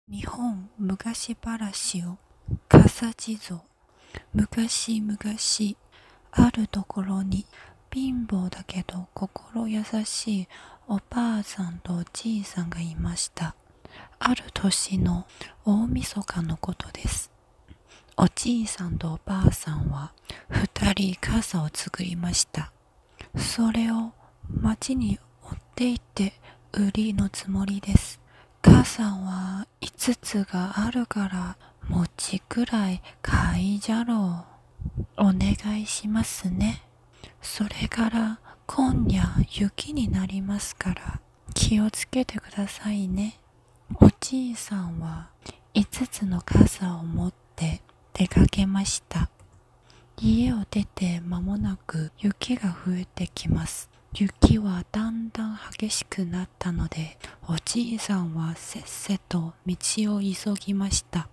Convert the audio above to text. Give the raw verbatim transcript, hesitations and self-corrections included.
日本昔話を笠地蔵。昔々あるところに貧乏だけど心優しいおばあさんとおじいさんがいました。ある年の大晦日のことです。おじいさんとおばあさんは二人傘を作りました。それを町に持って行って売りのつもりです。母さんは五つがあるから餅くらい買いじゃろう。お願いしますね。それから今夜雪になりますから気をつけてくださいね。おじいさんは五つの傘を持って出かけました。家を出て間もなく雪が増えてきます。雪はだんだん激しくなったので、おじいさんはせっせと道を急ぎました。